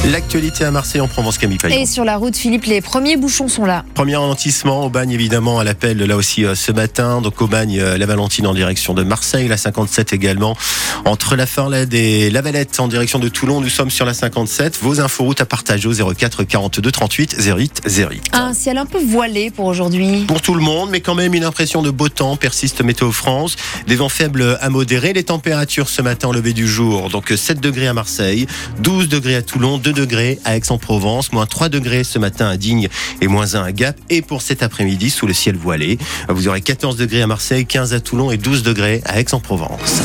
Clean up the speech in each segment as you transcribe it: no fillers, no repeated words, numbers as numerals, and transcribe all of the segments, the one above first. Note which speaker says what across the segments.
Speaker 1: L'actualité à Marseille en Provence, Camille Paillon.
Speaker 2: Et sur la route, Philippe, les premiers bouchons sont là.
Speaker 1: Premier ralentissement, Aubagne évidemment à l'appel là aussi ce matin. Donc Aubagne, la Valentine en direction de Marseille, la 57 également. Entre la Forled et la Valette en direction de Toulon, nous sommes sur la 57. Vos inforoutes à partager au 04 42 38 08 08.
Speaker 2: Un ciel un peu voilé pour aujourd'hui.
Speaker 1: Pour tout le monde, mais quand même une impression de beau temps persiste Météo France. Des vents faibles à modérés. Les températures ce matin au lever du jour. Donc 7 degrés à Marseille, 12 degrés à Toulon, 2 degrés à Aix-en-Provence, moins 3 degrés ce matin à Digne et moins 1 à Gap. Et pour cet après-midi, sous le ciel voilé, vous aurez 14 degrés à Marseille, 15 à Toulon et 12 degrés à Aix-en-Provence.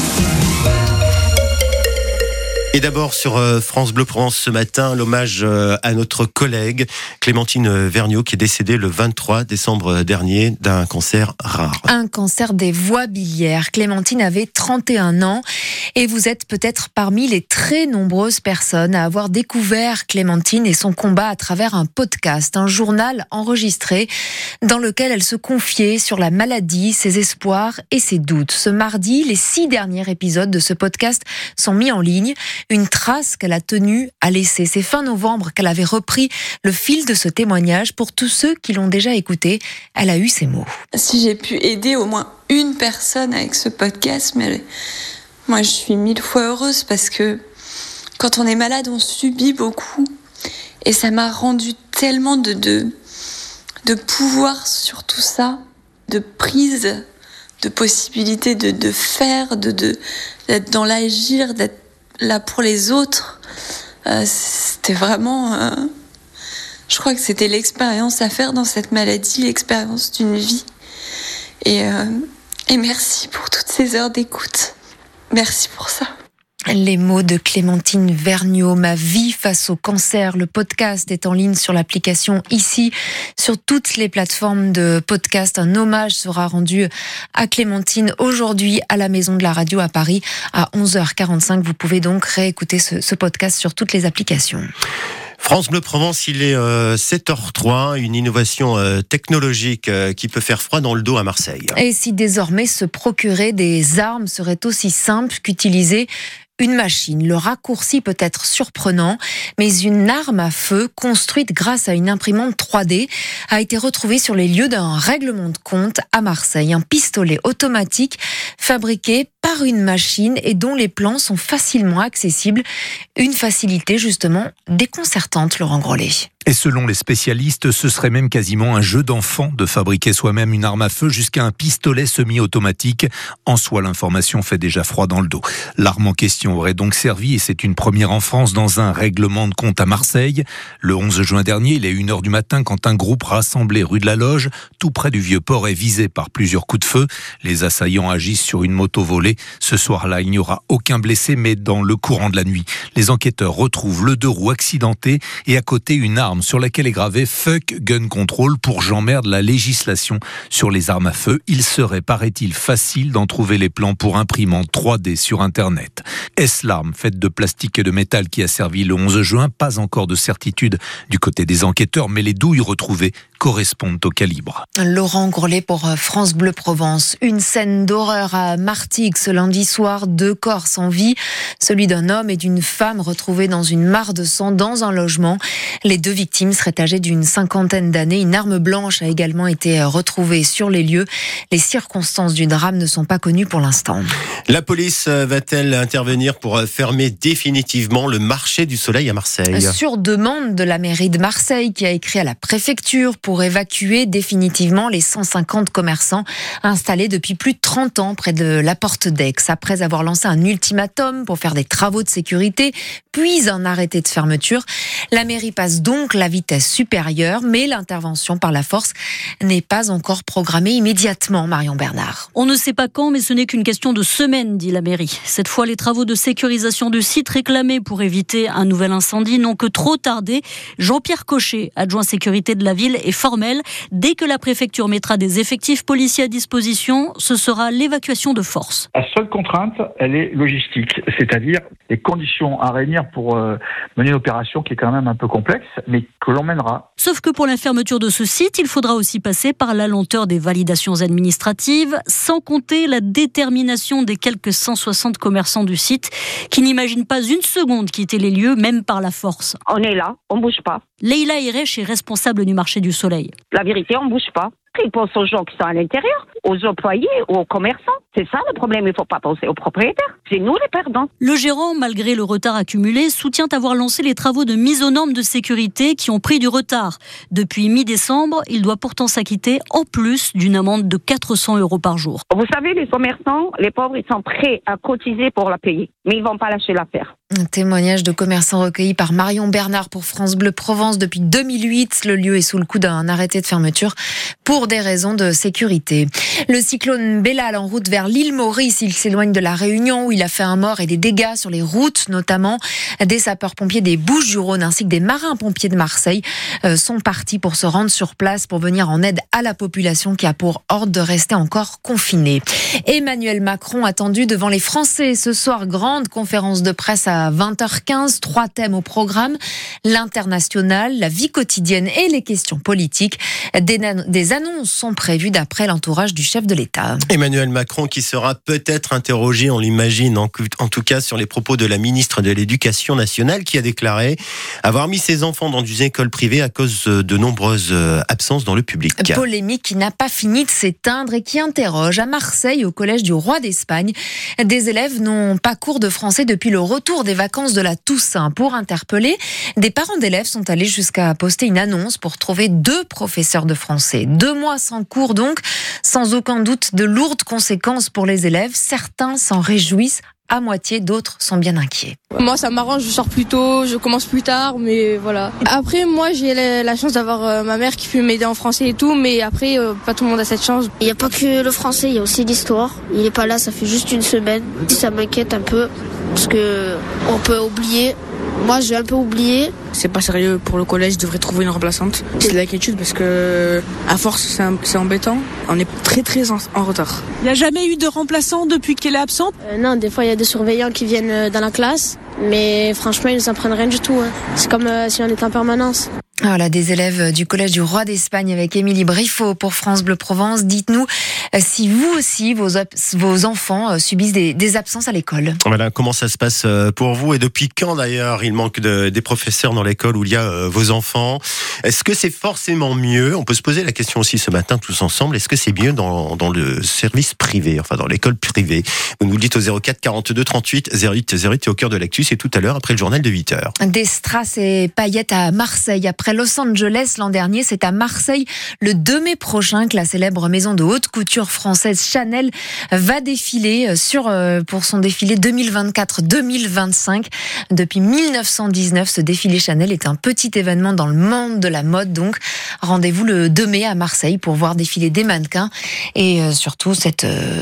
Speaker 1: Et d'abord sur France Bleu Provence ce matin, l'hommage à notre collègue Clémentine Vergniaud qui est décédée le 23 décembre dernier d'un cancer rare.
Speaker 2: Un cancer des voies biliaires. Clémentine avait 31 ans et vous êtes peut-être parmi les très nombreuses personnes à avoir découvert Clémentine et son combat à travers un podcast, un journal enregistré dans lequel elle se confiait sur la maladie, ses espoirs et ses doutes. Ce mardi, les 6 derniers épisodes de ce podcast sont mis en ligne. Une trace qu'elle a tenu à laisser. C'est fin novembre qu'elle avait repris le fil de ce témoignage. Pour tous ceux qui l'ont déjà écouté, elle a eu ces mots.
Speaker 3: Si j'ai pu aider au moins une personne avec ce podcast, mais moi je suis 1000 fois heureuse parce que quand on est malade, on subit beaucoup. Et ça m'a rendu tellement de pouvoir sur tout ça, de prise, de possibilité de faire, d'être dans l'agir, d'être là pour les autres. C'était vraiment... je crois que c'était l'expérience à faire dans cette maladie, l'expérience d'une vie. Et merci pour toutes ces heures d'écoute. Merci pour ça.
Speaker 2: Les mots de Clémentine Vergniaud, ma vie face au cancer. Le podcast est en ligne sur l'application ici, sur toutes les plateformes de podcast. Un hommage sera rendu à Clémentine aujourd'hui à la Maison de la Radio à Paris à 11h45. Vous pouvez donc réécouter ce podcast sur toutes les applications.
Speaker 1: France Bleu Provence, il est 7h03, une innovation technologique qui peut faire froid dans le dos à Marseille.
Speaker 2: Et si désormais se procurer des armes serait aussi simple qu'utiliser une machine. Le raccourci peut être surprenant, mais une arme à feu construite grâce à une imprimante 3D a été retrouvée sur les lieux d'un règlement de compte à Marseille. Un pistolet automatique fabriqué par une machine et dont les plans sont facilement accessibles. Une facilité justement déconcertante, Laurent Grollet.
Speaker 4: Et selon les spécialistes, ce serait même quasiment un jeu d'enfant de fabriquer soi-même une arme à feu jusqu'à un pistolet semi-automatique. En soi, l'information fait déjà froid dans le dos. L'arme en question aurait donc servi, et c'est une première en France, dans un règlement de compte à Marseille. Le 11 juin dernier, il est 1h du matin quand un groupe rassemblé rue de la Loge, tout près du Vieux-Port, est visé par plusieurs coups de feu. Les assaillants agissent sur une moto volée. Ce soir-là, il n'y aura aucun blessé, mais dans le courant de la nuit, les enquêteurs retrouvent le 2 roues accidenté et à côté une arme sur laquelle est gravé Fuck Gun Control pour j'emmerde la législation sur les armes à feu. Il serait, paraît-il, facile d'en trouver les plans pour imprimante 3D sur Internet. Est-ce l'arme faite de plastique et de métal qui a servi le 11 juin ? Pas encore de certitude du côté des enquêteurs, mais les douilles retrouvées correspondent au calibre.
Speaker 2: Laurent Grollet pour France Bleu Provence. Une scène d'horreur à Martigues ce lundi soir. 2 corps sans vie, celui d'un homme et d'une femme retrouvés dans une mare de sang dans un logement. Les 2 victimes seraient âgées d'une 50aine d'années. Une arme blanche a également été retrouvée sur les lieux. Les circonstances du drame ne sont pas connues pour l'instant.
Speaker 1: La police va-t-elle intervenir pour fermer définitivement le marché du soleil à Marseille ?
Speaker 2: Sur demande de la mairie de Marseille qui a écrit à la préfecture pour évacuer définitivement les 150 commerçants installés depuis plus de 30 ans près de la porte d'Aix. Après avoir lancé un ultimatum pour faire des travaux de sécurité, puis un arrêté de fermeture, la mairie passe donc la vitesse supérieure, mais l'intervention par la force n'est pas encore programmée immédiatement, Marion Bernard.
Speaker 5: On ne sait pas quand, mais ce n'est qu'une question de semaines, dit la mairie. Cette fois, les travaux de sécurisation du site réclamés pour éviter un nouvel incendie n'ont que trop tardé. Jean-Pierre Cochet, adjoint sécurité de la ville, est formel. Dès que la préfecture mettra des effectifs policiers à disposition, ce sera l'évacuation de force.
Speaker 6: La seule contrainte, elle est logistique, c'est-à-dire les conditions à réunir pour mener une opération qui est quand même un peu complexe, mais que l'on mènera.
Speaker 5: Sauf que pour la fermeture de ce site, il faudra aussi passer par la lenteur des validations administratives, sans compter la détermination des quelques 160 commerçants du site qui n'imaginent pas une seconde quitter les lieux, même par la force.
Speaker 7: On est là, on bouge pas.
Speaker 5: Leïla Eresh est responsable du marché du Soleil.
Speaker 7: La vérité, on bouge pas. Ils pensent aux gens qui sont à l'intérieur, aux employés, aux commerçants. C'est ça le problème, il ne faut pas penser aux propriétaires. C'est nous les perdants.
Speaker 5: Le gérant, malgré le retard accumulé, soutient avoir lancé les travaux de mise aux normes de sécurité qui ont pris du retard. Depuis mi-décembre, il doit pourtant s'acquitter en plus d'une amende de 400 € par jour.
Speaker 7: Vous savez, les commerçants, les pauvres, ils sont prêts à cotiser pour la payer. Mais ils ne vont pas lâcher l'affaire.
Speaker 2: Un témoignage de commerçants recueilli par Marion Bernard pour France Bleu Provence depuis 2008. Le lieu est sous le coup d'un arrêté de fermeture pour des raisons de sécurité. Le cyclone Bellal en route vers l'île Maurice, il s'éloigne de la Réunion où il a fait un mort et des dégâts sur les routes, notamment des sapeurs-pompiers des Bouches-du-Rhône ainsi que des marins-pompiers de Marseille sont partis pour se rendre sur place pour venir en aide à la population qui a pour ordre de rester encore confinée. Emmanuel Macron attendu devant les Français ce soir, grande conférence de presse à 20h15, 3 thèmes au programme, l'international, la vie quotidienne et les questions politiques. Des annonces sont prévues d'après l'entourage du chef de l'État.
Speaker 1: Emmanuel Macron qui sera peut-être interrogé, on l'imagine, en tout cas sur les propos de la ministre de l'Éducation nationale qui a déclaré avoir mis ses enfants dans une école privée à cause de nombreuses absences dans le public.
Speaker 2: Polémique qui n'a pas fini de s'éteindre et qui interroge. À Marseille, au collège du Roi d'Espagne, des élèves n'ont pas cours de français depuis le retour des vacances de la Toussaint. Pour interpeller, des parents d'élèves sont allés jusqu'à poster une annonce pour trouver 2 professeurs de français. 2 mois sans cours donc, sans aucun doute de lourdes conséquences pour les élèves. Certains s'en réjouissent à moitié, d'autres sont bien inquiets.
Speaker 8: Moi ça m'arrange, je sors plus tôt, je commence plus tard, mais voilà. Après moi j'ai la chance d'avoir ma mère qui peut m'aider en français et tout, mais après pas tout le monde a cette chance.
Speaker 9: Il n'y a pas que le français, il y a aussi l'histoire. Il n'est pas là, ça fait juste une semaine. Ça m'inquiète un peu, parce qu'on peut oublier. Moi j'ai un peu oublié.
Speaker 8: C'est pas sérieux pour le collège, je devrais trouver une remplaçante. C'est de l'inquiétude parce que à force c'est embêtant. On est très en retard.
Speaker 10: Il n'y a jamais eu de remplaçant depuis qu'elle est absente ?
Speaker 9: Non, des fois il y a des surveillants qui viennent dans la classe, mais franchement ils ne nous apprennent rien du tout. C'est comme si on était en permanence.
Speaker 2: Voilà, des élèves du collège du Roi d'Espagne avec Émilie Briffaut pour France Bleu Provence. Dites-nous si vous aussi, vos enfants subissent des absences à l'école.
Speaker 1: Voilà, comment ça se passe pour vous et depuis quand d'ailleurs il manque des professeurs dans l'école où il y a vos enfants. Est-ce que c'est forcément mieux ? On peut se poser la question aussi ce matin tous ensemble. Est-ce que c'est mieux dans le service privé, enfin dans l'école privée ? Vous nous le dites au 04 42 38 08 08 et au cœur de l'actu, c'est tout à l'heure après le journal de 8h.
Speaker 2: Des strass et paillettes à Marseille. Après Los Angeles l'an dernier, c'est à Marseille le 2 mai prochain que la célèbre maison de haute couture française Chanel va défiler pour son défilé 2024-2025. Depuis 1919, ce défilé Chanel est un petit événement dans le monde de la mode. Donc, rendez-vous le 2 mai à Marseille pour voir défiler des mannequins et surtout ces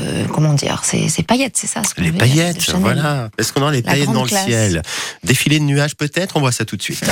Speaker 2: paillettes, c'est ça
Speaker 1: les paillettes, voilà. Est-ce qu'on a les paillettes dans le ciel ? Défilé de nuages peut-être ? On voit ça tout de suite.